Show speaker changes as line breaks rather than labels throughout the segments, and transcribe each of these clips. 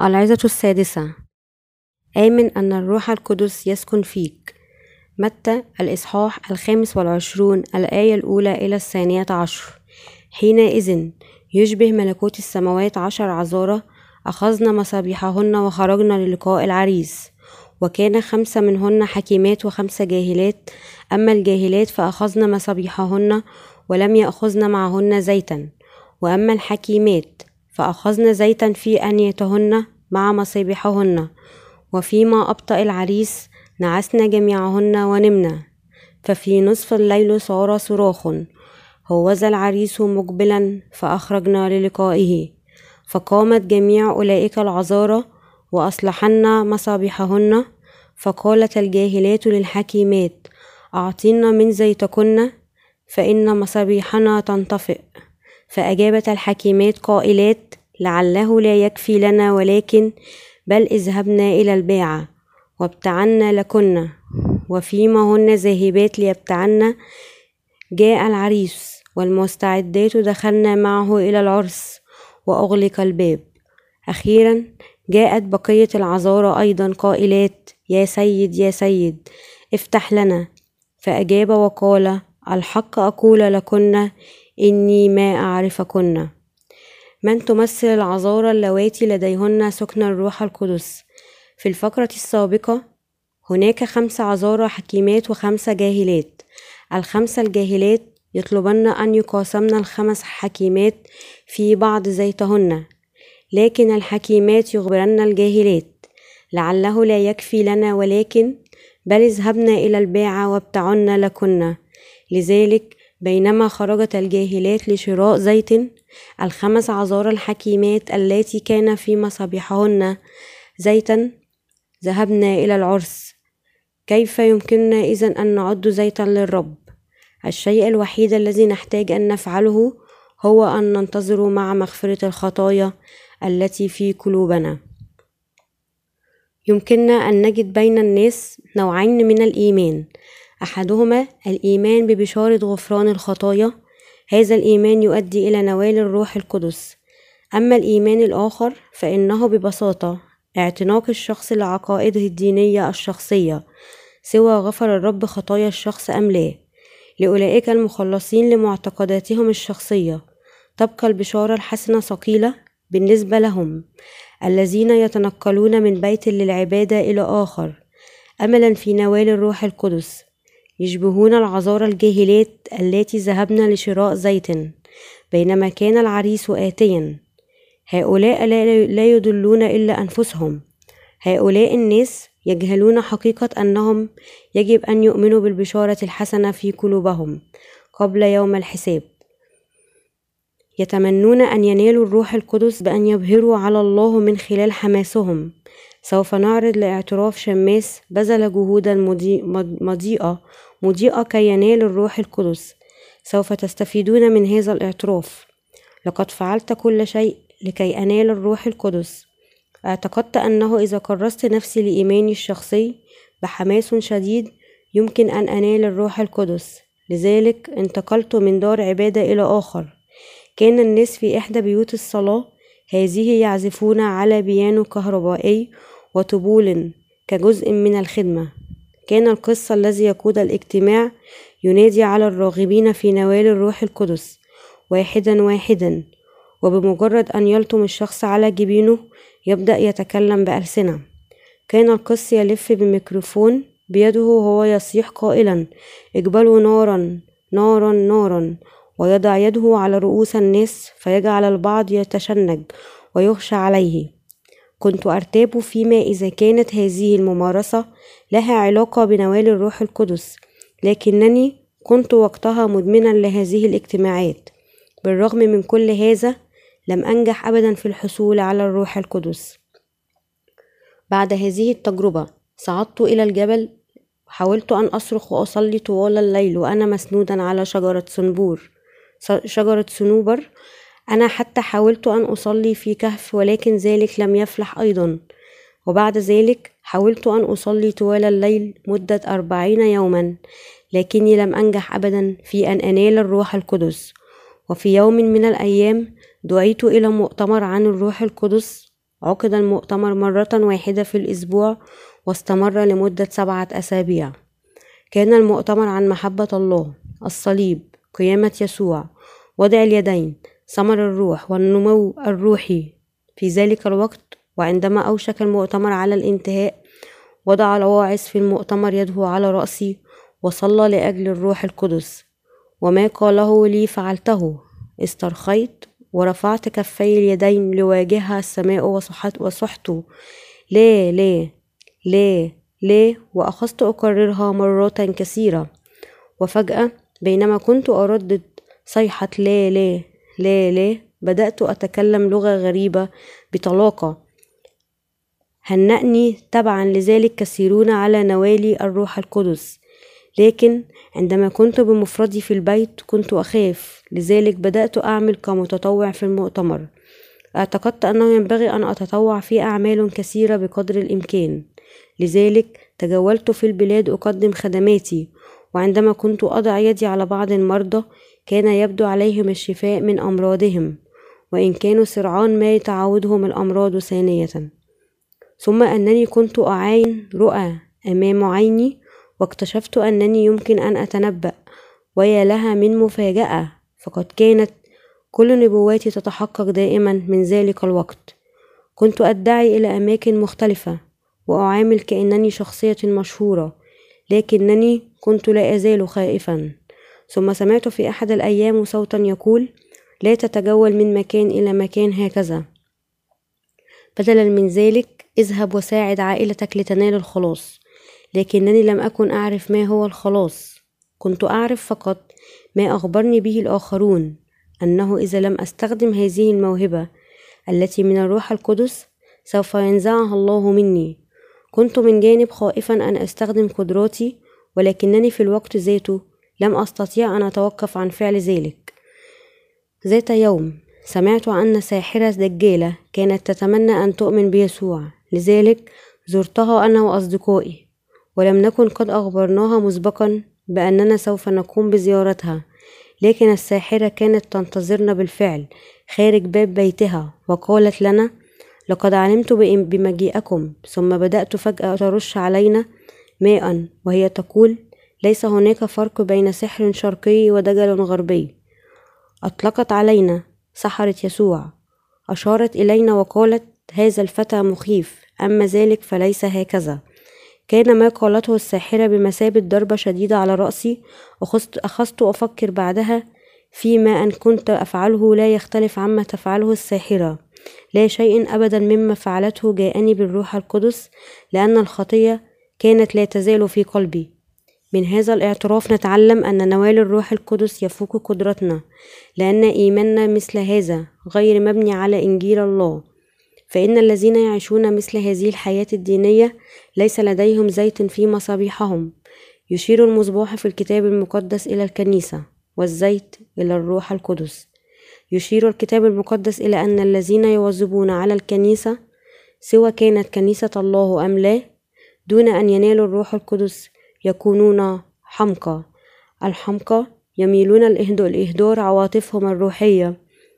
العظة السادسة: آمن أن الروح القدس يسكن فيك. متى الإصحاح 25 الآية 1 إلى 12. حينئذ يشبه ملكوت السماوات 10 عذارى أخذن مصابيحهن وخرجن للقاء العريس، وكان 5 منهن حكيمات و5 جاهلات. أما الجاهلات فأخذن مصابيحهن ولم يأخذن معهن زيتا، وأما الحكيمات فأخذن زيتا في أنيتهن مع مصابيحهن. وفيما أبطأ العريس نعسن جميعهن ونمنا. ففي نصف الليل صار صراخ: هوذا العريس مقبلا، فأخرجنا للقائه. فقامت جميع أولئك العذارى وأصلحن مصابيحهن. فقالت الجاهلات للحكيمات: أعطينا من زيتكن، فإن مصابيحنا تنطفئ. فأجابت الحكيمات قائلات: لعله لا يكفي لنا، ولكن بل اذهبنا إلى الباعة وابتعنا لكن. وفيما هن ذاهبات ليبتعن جاء العريس، والمستعدات دخلنا معه إلى العرس وأغلق الباب. أخيرا جاءت بقية العذارى أيضا قائلات: يا سيد يا سيد، افتح لنا. فأجاب وقال: الحق أقول لكن إني ما أعرفكن. من تمثل العذارى اللواتي لديهن سكن الروح القدس؟ في الفقرة السابقة هناك 5 عذارى حكيمات و5 جاهلات. ال5 الجاهلات يطلبن أن يقاسمن ال5 حكيمات في بعض زيتهن، لكن الحكيمات يخبرن الجاهلات: لعله لا يكفي لنا، ولكن بل اذهبنا إلى الباعة وابتعن لكن. لذلك بينما خرجت الجاهلات لشراء زيت، ال5 عذارى الحكيمات اللاتي كان في مصابيحهن زيتا ذهبنا إلى العرس. كيف يمكننا إذن أن نعد زيتا للرب؟ الشيء الوحيد الذي نحتاج أن نفعله هو أن ننتظر مع مغفرة الخطايا التي في قلوبنا. يمكننا أن نجد بين الناس نوعين من الإيمان: أحدهما الإيمان ببشارة غفران الخطايا، هذا الإيمان يؤدي إلى نوال الروح القدس. أما الإيمان الآخر فإنه ببساطة اعتناق الشخص لعقائده الدينية الشخصية، سواء غفر الرب خطايا الشخص أم لا. لأولئك المخلصين لمعتقداتهم الشخصية تبقى البشارة الحسنة ثقيلة بالنسبة لهم، الذين يتنقلون من بيت للعبادة إلى آخر أملا في نوال الروح القدس. يشبهون العذارى الجاهلات اللاتي ذهبن لشراء زيت بينما كان العريس آتيا. هؤلاء لا يضلون إلا أنفسهم. هؤلاء الناس يجهلون حقيقة أنهم يجب أن يؤمنوا بالبشارة الحسنة في قلوبهم قبل يوم الحساب. يتمنون أن ينالوا الروح القدس بأن يظهروا على الله من خلال حماسهم. سوف نعرض لاعتراف شماس بذل جهودا مضيئة كي ينال الروح القدس. سوف تستفيدون من هذا الاعتراف: لقد فعلت كل شيء لكي أنال الروح القدس. اعتقدت أنه إذا كرست نفسي لإيماني الشخصي بحماس شديد يمكن أن أنال الروح القدس، لذلك انتقلت من دار عبادة إلى آخر. كان الناس في إحدى بيوت الصلاة هذه يعزفون على بيانو كهربائي وطبول كجزء من الخدمة. كان القس الذي يقود الاجتماع ينادي على الراغبين في نوال الروح القدس واحدا واحدا، وبمجرد أن يلطم الشخص على جبينه يبدأ يتكلم بألسنة. كان القس يلف بميكروفون بيده وهو يصيح قائلا: اقبلوا نارا نارا نارا، ويضع يده على رؤوس الناس فيجعل البعض يتشنج ويغشى عليه. كنت أرتاب فيما إذا كانت هذه الممارسة لها علاقة بنوال الروح القدس، لكنني كنت وقتها مدمنا لهذه الاجتماعات. بالرغم من كل هذا لم أنجح أبدا في الحصول على الروح القدس. بعد هذه التجربة صعدت إلى الجبل، حاولت أن أصرخ وأصلي طوال الليل وأنا مسنودا على شجرة صنوبر. أنا حتى حاولت أن أصلي في كهف، ولكن ذلك لم يفلح أيضا. وبعد ذلك حاولت أن أصلي طوال الليل مدة 40 يوما، لكني لم أنجح أبدا في أن أنال الروح القدس. وفي يوم من الأيام دعيت إلى مؤتمر عن الروح القدس عقد المؤتمر مرة واحدة في الأسبوع واستمر لمدة 7 أسابيع. كان المؤتمر عن محبة الله، الصليب، قيامة يسوع، وضع اليدين، ثمر الروح والنمو الروحي. في ذلك الوقت وعندما أوشك المؤتمر على الانتهاء، وضع الواعظ في المؤتمر يده على رأسي وصلى لأجل الروح القدس، وما قاله لي فعلته. استرخيت ورفعت كفي اليدين لواجهها السماء وصحت لا لا لا لا، وأخذت أكررها مرات كثيرة. وفجأة بينما كنت أردد صيحة لا لا لا لا، بدأت أتكلم لغة غريبة بطلاقة. هنأني تبعا لذلك كثيرون على نوال الروح القدس، لكن عندما كنت بمفردي في البيت كنت أخاف، لذلك بدأت أعمل كمتطوع في المؤتمر. اعتقدت أنه ينبغي أن أتطوع في أعمال كثيرة بقدر الإمكان، لذلك تجولت في البلاد أقدم خدماتي. وعندما كنت أضع يدي على بعض المرضى كان يبدو عليهم الشفاء من أمراضهم، وإن كانوا سرعان ما تعودهم الأمراض ثانية. ثم أنني كنت أعاين رؤى أمام عيني، واكتشفت أنني يمكن أن أتنبأ، ويا لها من مفاجأة، فقد كانت كل نبواتي تتحقق دائما من ذلك الوقت. كنت أدعي إلى أماكن مختلفة وأعامل كأنني شخصية مشهورة، لكنني كنت لا أزال خائفا. ثم سمعت في أحد الأيام صوتا يقول: لا تتجول من مكان إلى مكان هكذا، بدلا من ذلك اذهب وساعد عائلتك لتنال الخلاص. لكنني لم أكن أعرف ما هو الخلاص، كنت أعرف فقط ما أخبرني به الآخرون، أنه إذا لم أستخدم هذه الموهبة التي من الروح القدس سوف ينزعها الله مني. كنت من جانب خائفا أن أستخدم قدراتي، ولكنني في الوقت ذاته لم أستطيع أن أتوقف عن فعل ذلك. ذات يوم سمعت أن ساحرة دجالة كانت تتمنى أن تؤمن بيسوع، لذلك زرتها أنا وأصدقائي، ولم نكن قد أخبرناها مسبقا بأننا سوف نقوم بزيارتها. لكن الساحرة كانت تنتظرنا بالفعل خارج باب بيتها، وقالت لنا: لقد علمت بمجيئكم. ثم بدأت فجأة ترش علينا ماء وهي تقول: ليس هناك فرق بين سحر شرقي ودجل غربي. أطلقت علينا سحرة يسوع، أشارت إلينا وقالت: هذا الفتى مخيف، أما ذلك فليس هكذا. كان ما قالته الساحرة بمثابة ضربة شديدة على رأسي. أخذت أفكر بعدها فيما أن كنت أفعله لا يختلف عما تفعله الساحرة. لا شيء أبدا مما فعلته جاءني بالروح القدس، لأن الخطية كانت لا تزال في قلبي. من هذا الاعتراف نتعلم أن نوال الروح القدس يفوق قدرتنا، لأن إيماننا مثل هذا غير مبني على إنجيل الله. فإن الذين يعيشون مثل هذه الحياة الدينية ليس لديهم زيت في مصابيحهم. يشير المصباح في الكتاب المقدس إلى الكنيسة، والزيت إلى الروح القدس. يشير الكتاب المقدس إلى أن الذين يواظبون على الكنيسة، سواء كانت كنيسة الله أم لا، دون أن ينالوا الروح القدس يكونون حمقى. الحمقى يميلون لإهدار عواطفهم الروحية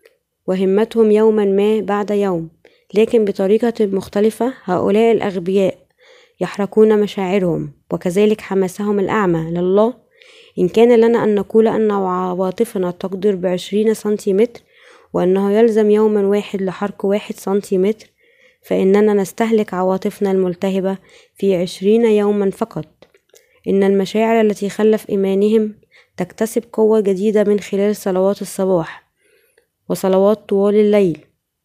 وهمتهم يوما ما بعد يوم، لكن بطريقة مختلفة. هؤلاء الأغبياء يحرقون مشاعرهم وكذلك حماسهم الأعمى لله. إن كان لنا أن نقول أن عواطفنا تقدر ب20 سنتيمتر، وأنه يلزم يوما واحد لحرق 1 سنتيمتر، فإننا نستهلك عواطفنا الملتهبة في 20 يوما فقط. إن المشاعر التي خلف إيمانهم تكتسب قوة جديدة من خلال صلوات الصباح وصلوات طوال الليل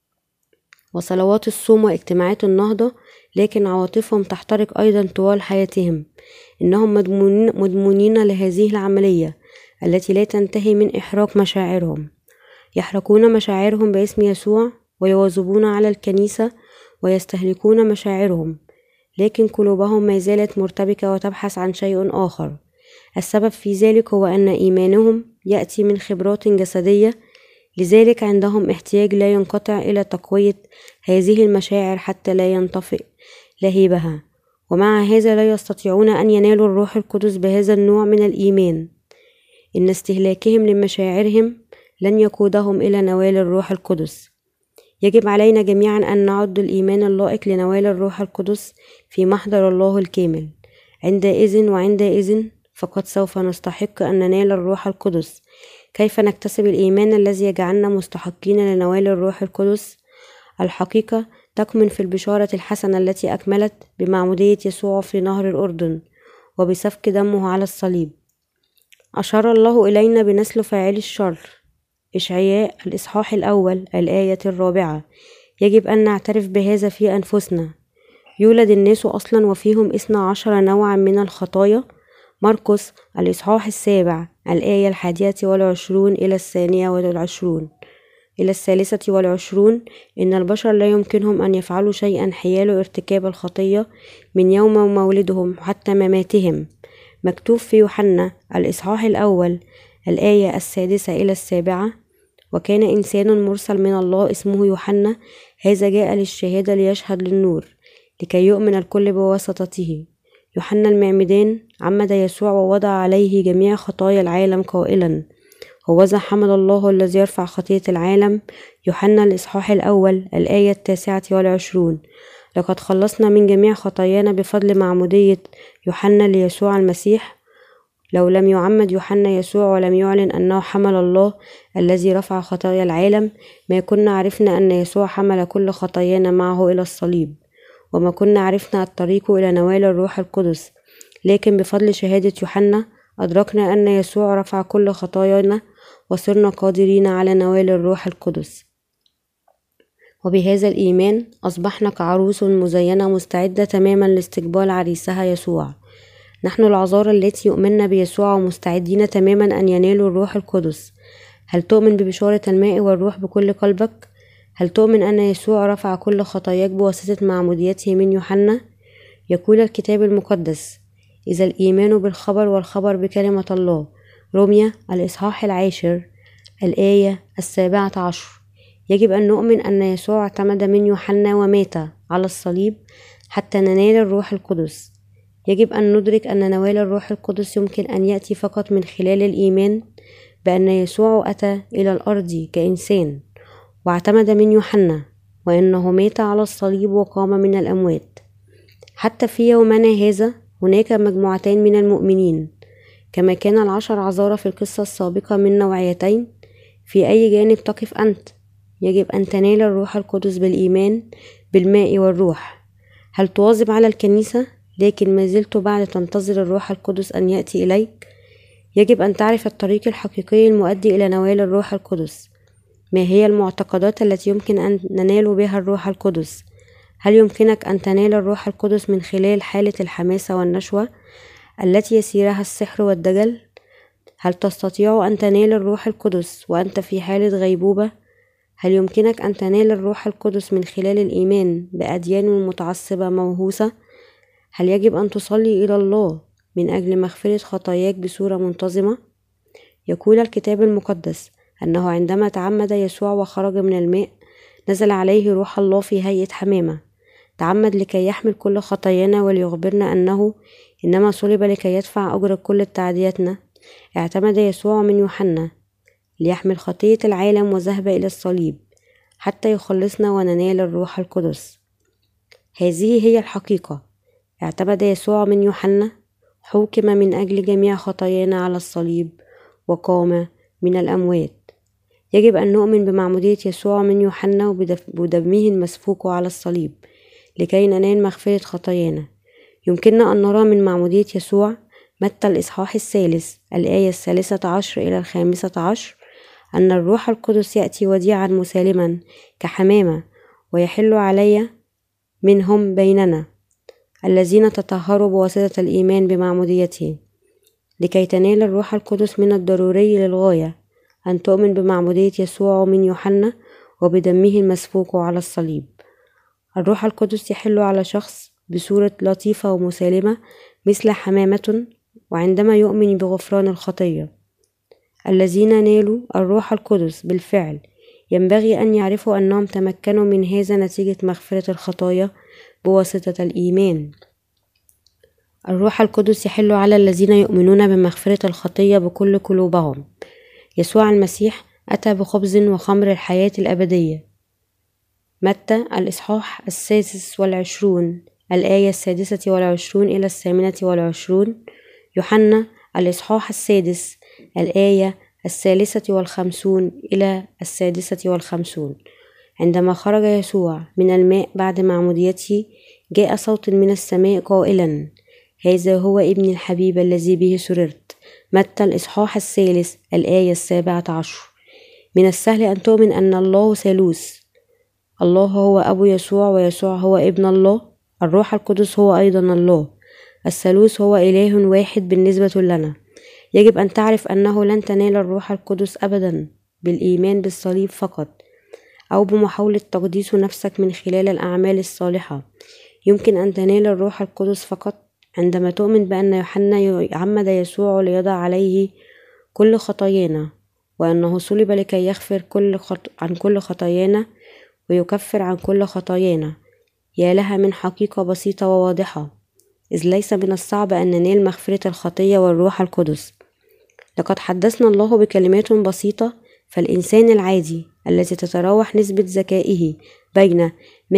وصلوات الصوم واجتماعات النهضة، لكن عواطفهم تحترق أيضا طوال حياتهم. إنهم مدمونين لهذه العملية التي لا تنتهي من إحراق مشاعرهم. يحرقون مشاعرهم باسم يسوع ويواظبون على الكنيسة ويستهلكون مشاعرهم، لكن قلوبهم ما زالت مرتبكة وتبحث عن شيء آخر. السبب في ذلك هو أن إيمانهم يأتي من خبرات جسدية، لذلك عندهم احتياج لا ينقطع إلى تقوية هذه المشاعر حتى لا ينطفئ لهيبها. ومع هذا لا يستطيعون أن ينالوا الروح القدس بهذا النوع من الإيمان. إن استهلاكهم لمشاعرهم لن يقودهم إلى نوال الروح القدس. يجب علينا جميعا أن نعد الإيمان اللائق لنوال الروح القدس في محضر الله الكامل. عندئذ فقد سوف نستحق أن ننال الروح القدس. كيف نكتسب الإيمان الذي يجعلنا مستحقين لنوال الروح القدس؟ الحقيقة تكمن في البشارة الحسنة التي أكملت بمعمودية يسوع في نهر الأردن وبسفك دمه على الصليب. أشار الله إلينا بنسل فاعل الشر. إشعياء الإصحاح الأول الآية 4. يجب أن نعترف بهذا في أنفسنا. يولد الناس أصلا وفيهم 12 نوعا من الخطايا. مرقس الإصحاح 7 الآية 21 إلى 22 إلى 23. إن البشر لا يمكنهم أن يفعلوا شيئا حيال ارتكاب الخطية من يوم مولدهم حتى مماتهم. مكتوب في يوحنا الإصحاح الأول الآية 6 إلى 7: وكان إنسان مرسل من الله اسمه يوحنا، هذا جاء للشهادة ليشهد للنور لكي يؤمن الكل بواسطته. يوحنا المعمدان عمد يسوع ووضع عليه جميع خطايا العالم قائلا: هوذا حمل الله الذي يرفع خطية العالم. يوحنا الإصحاح الأول الآية 29: لقد خلصنا من جميع خطايانا بفضل معمودية يوحنا ليسوع المسيح. لو لم يعمد يوحنا يسوع ولم يعلن أنه حمل الله الذي رفع خطايا العالم، ما كنا عرفنا أن يسوع حمل كل خطايانا معه إلى الصليب، وما كنا عرفنا الطريق إلى نوال الروح القدس. لكن بفضل شهادة يوحنا أدركنا أن يسوع رفع كل خطايانا وصرنا قادرين على نوال الروح القدس. وبهذا الإيمان أصبحنا كعروس مزينة مستعدة تماما لاستقبال عريسها يسوع. نحن العذارى التي يؤمنن بيسوع ومستعدين تماما أن ينالوا الروح القدس. هل تؤمن ببشارة الماء والروح بكل قلبك؟ هل تؤمن أن يسوع رفع كل خطاياك بواسطة معموديته من يوحنا؟ يقول الكتاب المقدس: إذا الإيمان بالخبر والخبر بكلمة الله. روميا الإصحاح 10 الآية 17. يجب أن نؤمن أن يسوع اعتمد من يوحنا ومات على الصليب حتى ننال الروح القدس. يجب أن ندرك أن نوال الروح القدس يمكن أن يأتي فقط من خلال الإيمان بأن يسوع أتى إلى الأرض كإنسان واعتمد من يوحنا، وأنه مات على الصليب وقام من الأموات. حتى في يومنا هذا هناك مجموعتين من المؤمنين، كما كان 10 عذارى في القصة السابقة من نوعيتين. في أي جانب تقف أنت؟ يجب أن تنال الروح القدس بالإيمان بالماء والروح. هل تواظب على الكنيسة لكن ما زلت بعد تنتظر الروح القدس أن يأتي إليك؟ يجب أن تعرف الطريق الحقيقي المؤدي إلى نوال الروح القدس. ما هي المعتقدات التي يمكن أن ننال بها الروح القدس؟ هل يمكنك أن تنال الروح القدس من خلال حالة الحماسة والنشوة التي يسيرها السحر والدجل؟ هل تستطيع أن تنال الروح القدس وأنت في حالة غيبوبة؟ هل يمكنك أن تنال الروح القدس من خلال الإيمان بأديان متعصبة موهوسة؟ هل يجب أن تصلي إلى الله من أجل مغفرة خطاياك بصورة منتظمة؟ يقول الكتاب المقدس أنه عندما تعمد يسوع وخرج من الماء نزل عليه روح الله في هيئة حمامة. تعمد لكي يحمل كل خطايانا وليخبرنا أنه إنما صلب لكي يدفع أجر كل تعدياتنا. اعتمد يسوع من يوحنا ليحمل خطية العالم وذهب إلى الصليب حتى يخلصنا وننال الروح القدس. هذه هي الحقيقة. اعتمد يسوع من يوحنا، حُكم من أجل جميع خطايانا على الصليب، وقام من الأموات. يجب أن نؤمن بمعمودية يسوع من يوحنا وبدمه المسفوك على الصليب لكي ننال مغفرة خطايانا. يمكننا أن نرى من معمودية يسوع متى الإصحاح 3 الآية 13 إلى 15 أن الروح القدس يأتي وديعا مسالما كحمامة ويحل علي منهم بيننا الذين تطهروا بواسطة الإيمان بمعموديته. لكي تنال الروح القدس من الضروري للغاية أن تؤمن بمعمودية يسوع من يوحنا وبدمه المسفوك على الصليب. الروح القدس يحل على شخص بصورة لطيفة ومسالمة مثل حمامة، وعندما يؤمن بغفران الخطية. الذين نالوا الروح القدس بالفعل ينبغي أن يعرفوا أنهم تمكنوا من هذا نتيجة مغفرة الخطايا بواسطة الإيمان. الروح القدس يحل على الذين يؤمنون بمغفرة الخطية بكل قلوبهم. يسوع المسيح أتى بخبز وخمر الحياة الأبدية. متى الإصحاح 26 الآية 26 إلى 28. يوحنا الإصحاح 6 الآية 53 إلى 56. عندما خرج يسوع من الماء بعد معموديته جاء صوت من السماء قائلا: هذا هو ابن الحبيب الذي به سررت. متى الإصحاح 3 الآية 17. من السهل أن تؤمن أن الله ثالوث. الله هو أبو يسوع، ويسوع هو ابن الله. الروح القدس هو أيضا الله. الثالوث هو إله واحد بالنسبة لنا. يجب أن تعرف أنه لن تنال الروح القدس أبدا بالإيمان بالصليب فقط، أو بمحاولة تقديس نفسك من خلال الأعمال الصالحة. يمكن أن تنال الروح القدس فقط عندما تؤمن بأن يوحنا عمد يسوع ليضع عليه كل خطايانا، وأنه صلب لكي يغفر عن كل خطايانا ويكفر عن كل خطايانا. يا لها من حقيقة بسيطة وواضحة، إذ ليس من الصعب أن ننال مغفرة الخطية والروح القدس. لقد حدثنا الله بكلمات بسيطة، فالإنسان العادي الذي تتراوح نسبة ذكائه بين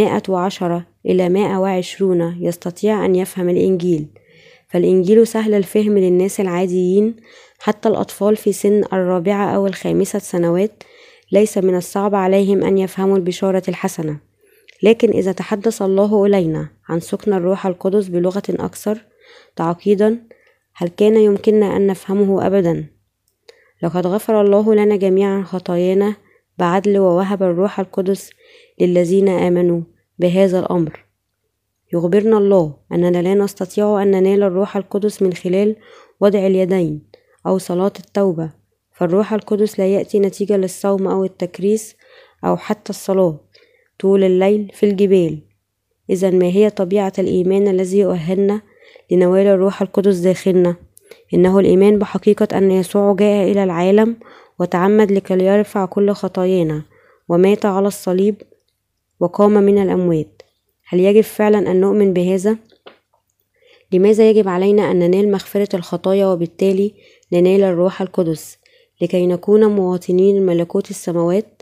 110 إلى 120 يستطيع أن يفهم الإنجيل. فالإنجيل سهل الفهم للناس العاديين، حتى الأطفال في سن 4 أو 5 سنوات ليس من الصعب عليهم أن يفهموا البشارة الحسنة. لكن إذا تحدث الله إلينا عن سكن الروح القدس بلغة أكثر تعقيدا، هل كان يمكننا أن نفهمه أبدا؟ لقد غفر الله لنا جميعا خطايانا بعدل، ووهب الروح القدس للذين آمنوا. بهذا الأمر يخبرنا الله أننا لا نستطيع أن ننال الروح القدس من خلال وضع اليدين أو صلاة التوبة، فالروح القدس لا يأتي نتيجة للصوم أو التكريس أو حتى الصلاة طول الليل في الجبال. إذا ما هي طبيعة الإيمان الذي يؤهلنا لنوال الروح القدس داخلنا؟ إنه الإيمان بحقيقة أن يسوع جاء إلى العالم وتعمد لكي يرفع كل خطايانا، ومات على الصليب وقام من الأموات. هل يجب فعلا أن نؤمن بهذا؟ لماذا يجب علينا أن ننال مغفرة الخطايا وبالتالي ننال الروح القدس؟ لكي نكون مواطنين ملكوت السماوات،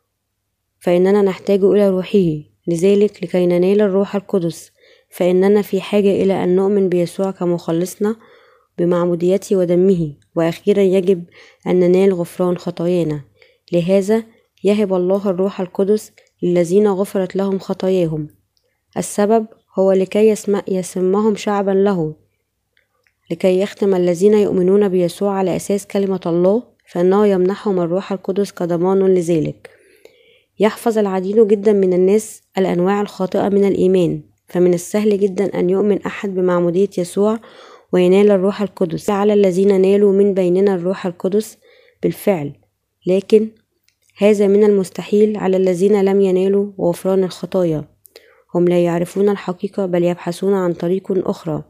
فإننا نحتاج إلى روحه. لذلك لكي ننال الروح القدس فإننا في حاجة إلى أن نؤمن بيسوع كمخلصنا بمعموديته ودمه، وأخيرا يجب أن ننال غفران خطايانا. لهذا يهب الله الروح القدس للذين غفرت لهم خطاياهم. السبب هو لكي يسمهم شعبا له، لكي يختم الذين يؤمنون بيسوع على أساس كلمة الله، فإنه يمنحهم الروح القدس كضمان لذلك. يحفظ العديد جدا من الناس الأنواع الخاطئة من الإيمان، فمن السهل جدا أن يؤمن أحد بمعمودية يسوع وينال الروح القدس على الذين نالوا من بيننا الروح القدس بالفعل، لكن هذا من المستحيل على الذين لم ينالوا غفران الخطايا. هم لا يعرفون الحقيقة، بل يبحثون عن طرق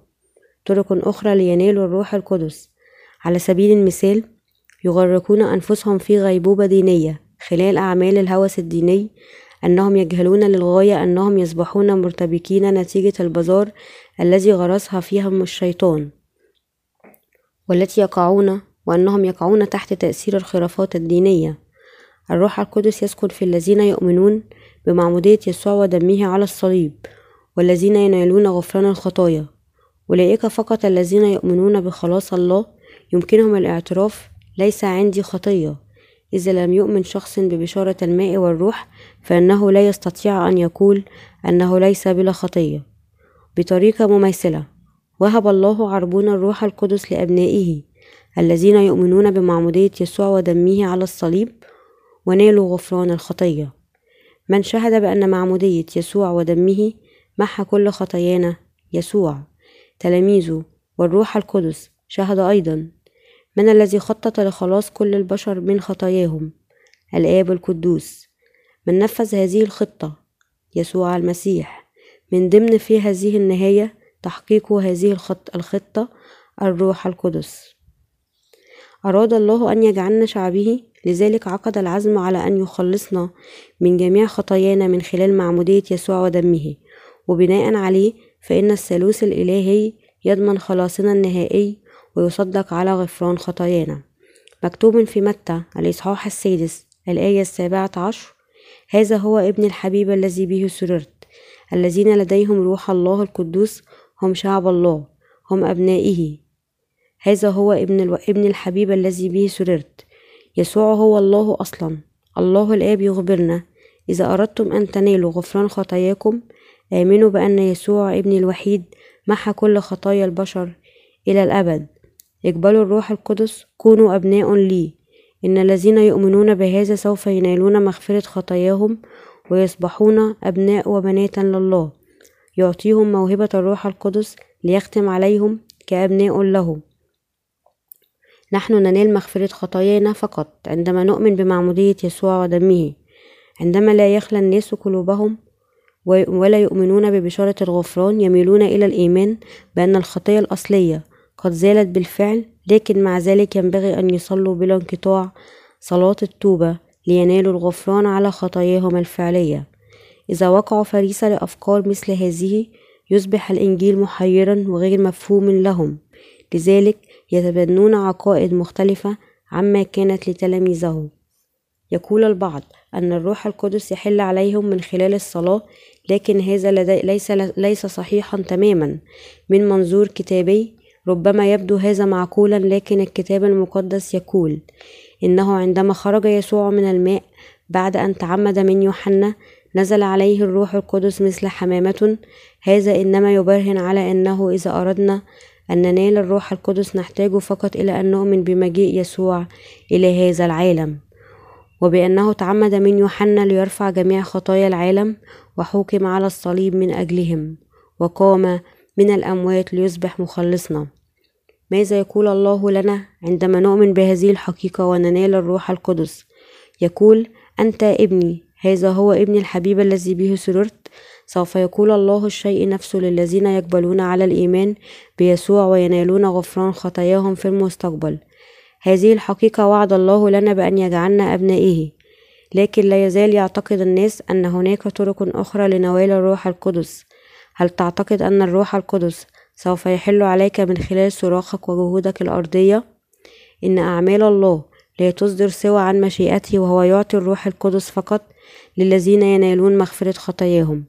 أخرى لينالوا الروح القدس. على سبيل المثال، يغرقون أنفسهم في غيبوبة دينية خلال أعمال الهوس الديني، أنهم يجهلون للغاية أنهم يصبحون مرتبكين نتيجة البذار الذي غرسها فيهم الشيطان، وأنهم يقعون تحت تأثير الخرافات الدينية. الروح القدس يسكن في الذين يؤمنون بمعمودية يسوع ودمه على الصليب، والذين ينالون غفران الخطايا. أولئك فقط الذين يؤمنون بخلاص الله يمكنهم الاعتراف: ليس عندي خطية. إذا لم يؤمن شخص ببشارة الماء والروح، فإنه لا يستطيع أن يقول أنه ليس بلا خطية. بطريقة مماثلة، وهب الله عربون الروح القدس لأبنائه الذين يؤمنون بمعمودية يسوع ودمه على الصليب ونالوا غفران الخطية. من شهد بأن معمودية يسوع ودمه محى كل خطايانا؟ يسوع. تلاميذه والروح القدس شهد أيضا. من الذي خطط لخلاص كل البشر من خطاياهم؟ الآب القدوس. من نفذ هذه الخطة؟ يسوع المسيح. من ضمن في هذه النهاية تحقيق هذه الخطة الروح القدس. أراد الله أن يجعلنا شعبه، لذلك عقد العزم على أن يخلصنا من جميع خطايانا من خلال معمودية يسوع ودمه، وبناء عليه فإن الثالوث الإلهي يضمن خلاصنا النهائي ويصدق على غفران خطايانا. مكتوب في متى الإصحاح 6 الآية 17: هذا هو ابن الحبيب الذي به سررت. الذين لديهم روح الله القدوس هم شعب الله، هم أبنائه. هذا هو ابن الحبيب الذي به سررت. يسوع هو الله أصلا. الله الآب يخبرنا: إذا أردتم أن تنالوا غفران خطاياكم آمنوا بأن يسوع ابن الوحيد محى كل خطايا البشر إلى الأبد. اقبلوا الروح القدس، كونوا أبناء لي. إن الذين يؤمنون بهذا سوف ينالون مغفرة خطاياهم ويصبحون أبناء وبنات لله. يعطيهم موهبة الروح القدس ليختم عليهم كأبناء له. نحن ننال مغفرة خطايانا فقط عندما نؤمن بمعمودية يسوع ودمه. عندما لا يخلى الناس قلوبهم ولا يؤمنون ببشارة الغفران يميلون إلى الإيمان بأن الخطية الأصلية قد زالت بالفعل، لكن مع ذلك ينبغي أن يصلوا بلا انقطاع صلاة التوبة لينالوا الغفران على خطاياهم الفعلية. إذا وقعوا فريسة لأفكار مثل هذه يصبح الإنجيل محيرا وغير مفهوم لهم، لذلك يتبنون عقائد مختلفة عما كانت لتلاميذه. يقول البعض أن الروح القدس يحل عليهم من خلال الصلاة، لكن هذا ليس صحيحا تماما من منظور كتابي. ربما يبدو هذا معقولا، لكن الكتاب المقدس يقول إنه عندما خرج يسوع من الماء بعد أن تعمد من يوحنا نزل عليه الروح القدس مثل حمامة. هذا إنما يبرهن على أنه إذا أردنا أن ننال الروح القدس نحتاج فقط إلى أن نؤمن بمجيء يسوع إلى هذا العالم، وبأنه تعمد من يوحنا ليرفع جميع خطايا العالم وحُكم على الصليب من أجلهم وقام من الأموات ليصبح مخلصنا. ماذا يقول الله لنا عندما نؤمن بهذه الحقيقة وننال الروح القدس؟ يقول: أنت ابني، هذا هو ابن الحبيب الذي به سررت. سوف يقول الله الشيء نفسه للذين يقبلون على الإيمان بيسوع وينالون غفران خطاياهم في المستقبل. هذه الحقيقة وعد الله لنا بأن يجعلنا أبنائه، لكن لا يزال يعتقد الناس أن هناك طرق أخرى لنوال الروح القدس. هل تعتقد أن الروح القدس سوف يحل عليك من خلال صراخك وجهودك الأرضية؟ إن أعمال الله لا تصدر سوى عن مشيئته، وهو يعطي الروح القدس فقط للذين ينالون مغفرة خطاياهم.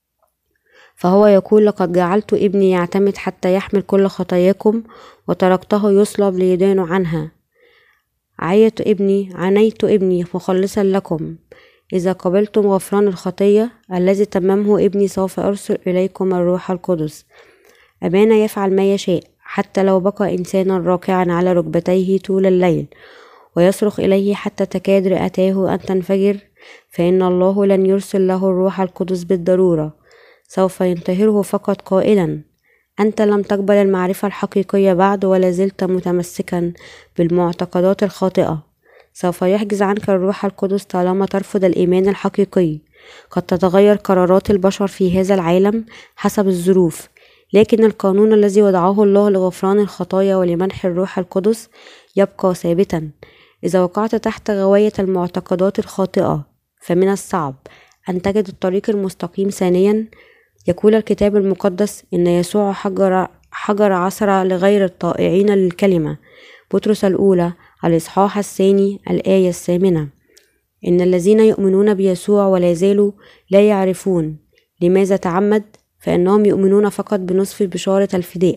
فهو يقول: لقد جعلت ابني يعتمد حتى يحمل كل خطاياكم وتركته يصلب ليدانوا عنها. عانيت ابني مخلصا لكم. إذا قبلتم غفران الخطية الذي تممه ابني سوف أرسل إليكم الروح القدس. أبانا يفعل ما يشاء، حتى لو بقى إنسانا راكعا على ركبتيه طول الليل ويصرخ إليه حتى تكاد رئتاه أن تنفجر، فإن الله لن يرسل له الروح القدس بالضرورة. سوف ينتهره فقط قائلا: أنت لم تقبل المعرفة الحقيقية بعد ولا زلت متمسكا بالمعتقدات الخاطئة. سوف يحجز عنك الروح القدس طالما ترفض الإيمان الحقيقي. قد تتغير قرارات البشر في هذا العالم حسب الظروف، لكن القانون الذي وضعه الله لغفران الخطايا ولمنح الروح القدس يبقى ثابتا. إذا وقعت تحت غواية المعتقدات الخاطئة فمن الصعب أن تجد الطريق المستقيم ثانيا. يقول الكتاب المقدس إن يسوع حجر عثرة لغير الطائعين للكلمة. بطرس الأولى الإصحاح 2 الآية 8. إن الذين يؤمنون بيسوع ولا زالوا لا يعرفون لماذا تعمد، فإنهم يؤمنون فقط بنصف بشارة الفداء،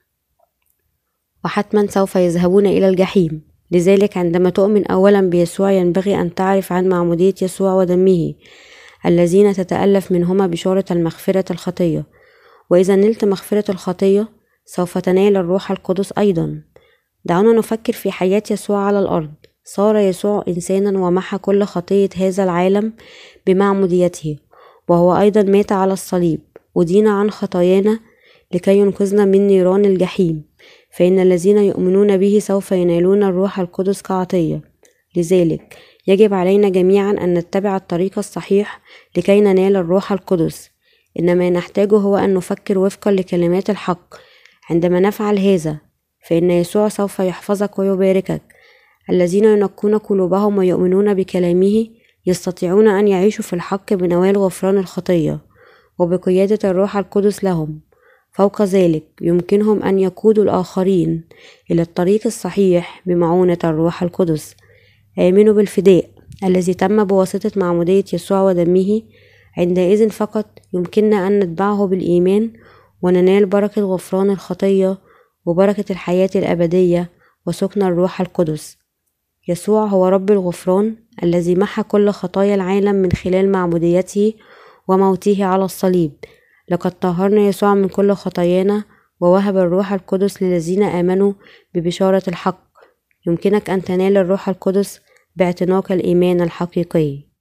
وحتما سوف يذهبون إلى الجحيم. لذلك عندما تؤمن أولا بيسوع ينبغي أن تعرف عن معمودية يسوع ودمه الذين تتألف منهما بشارة المغفرة الخطية. وإذا نلت مغفرة الخطية سوف تنال الروح القدس أيضا. دعونا نفكر في حياة يسوع على الأرض. صار يسوع إنسانا ومحى كل خطية هذا العالم بمعموديته، وهو أيضا مات على الصليب ودين عن خطايانا لكي ينقذنا من نيران الجحيم. فإن الذين يؤمنون به سوف ينالون الروح القدس كعطية. لذلك يجب علينا جميعا أن نتبع الطريق الصحيح لكي ننال الروح القدس. إن ما نحتاجه هو أن نفكر وفقا لكلمات الحق. عندما نفعل هذا فإن يسوع سوف يحفظك ويباركك. الذين ينقون قلوبهم ويؤمنون بكلامه يستطيعون أن يعيشوا في الحق بنوال غفران الخطية وبقيادة الروح القدس لهم. فوق ذلك يمكنهم أن يقودوا الآخرين إلى الطريق الصحيح بمعونة الروح القدس. آمنوا بالفداء الذي تم بواسطة معمودية يسوع ودمه، عندئذ فقط يمكننا أن نتبعه بالإيمان وننال بركة غفران الخطية وبركة الحياة الأبدية وسكن الروح القدس. يسوع هو رب الغفران الذي محى كل خطايا العالم من خلال معموديته وموته على الصليب. لقد طهرنا يسوع من كل خطايانا ووهب الروح القدس للذين آمنوا ببشارة الحق. يمكنك أن تنال الروح القدس باعتناق الإيمان الحقيقي.